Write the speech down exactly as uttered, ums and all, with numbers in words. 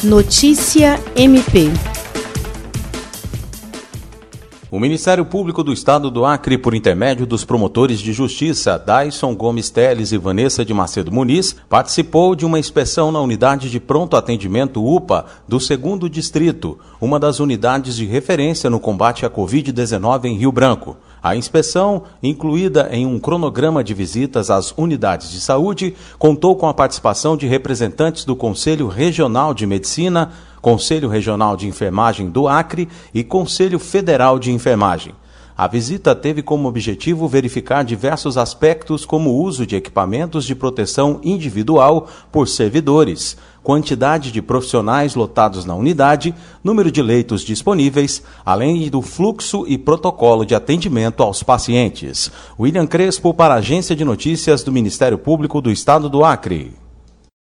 Notícia M P. O Ministério Público do Estado do Acre, por intermédio dos promotores de justiça Daison Gomes Teles e Vanessa de Macedo Muniz, participou de uma inspeção na unidade de pronto atendimento U P A do segundo Distrito, uma das unidades de referência no combate à covid dezenove em Rio Branco. A inspeção, incluída em um cronograma de visitas às unidades de saúde, contou com a participação de representantes do Conselho Regional de Medicina, Conselho Regional de Enfermagem do Acre e Conselho Federal de Enfermagem. A visita teve como objetivo verificar diversos aspectos como o uso de equipamentos de proteção individual por servidores, quantidade de profissionais lotados na unidade, número de leitos disponíveis, além do fluxo e protocolo de atendimento aos pacientes. William Crespo para a Agência de Notícias do Ministério Público do Estado do Acre.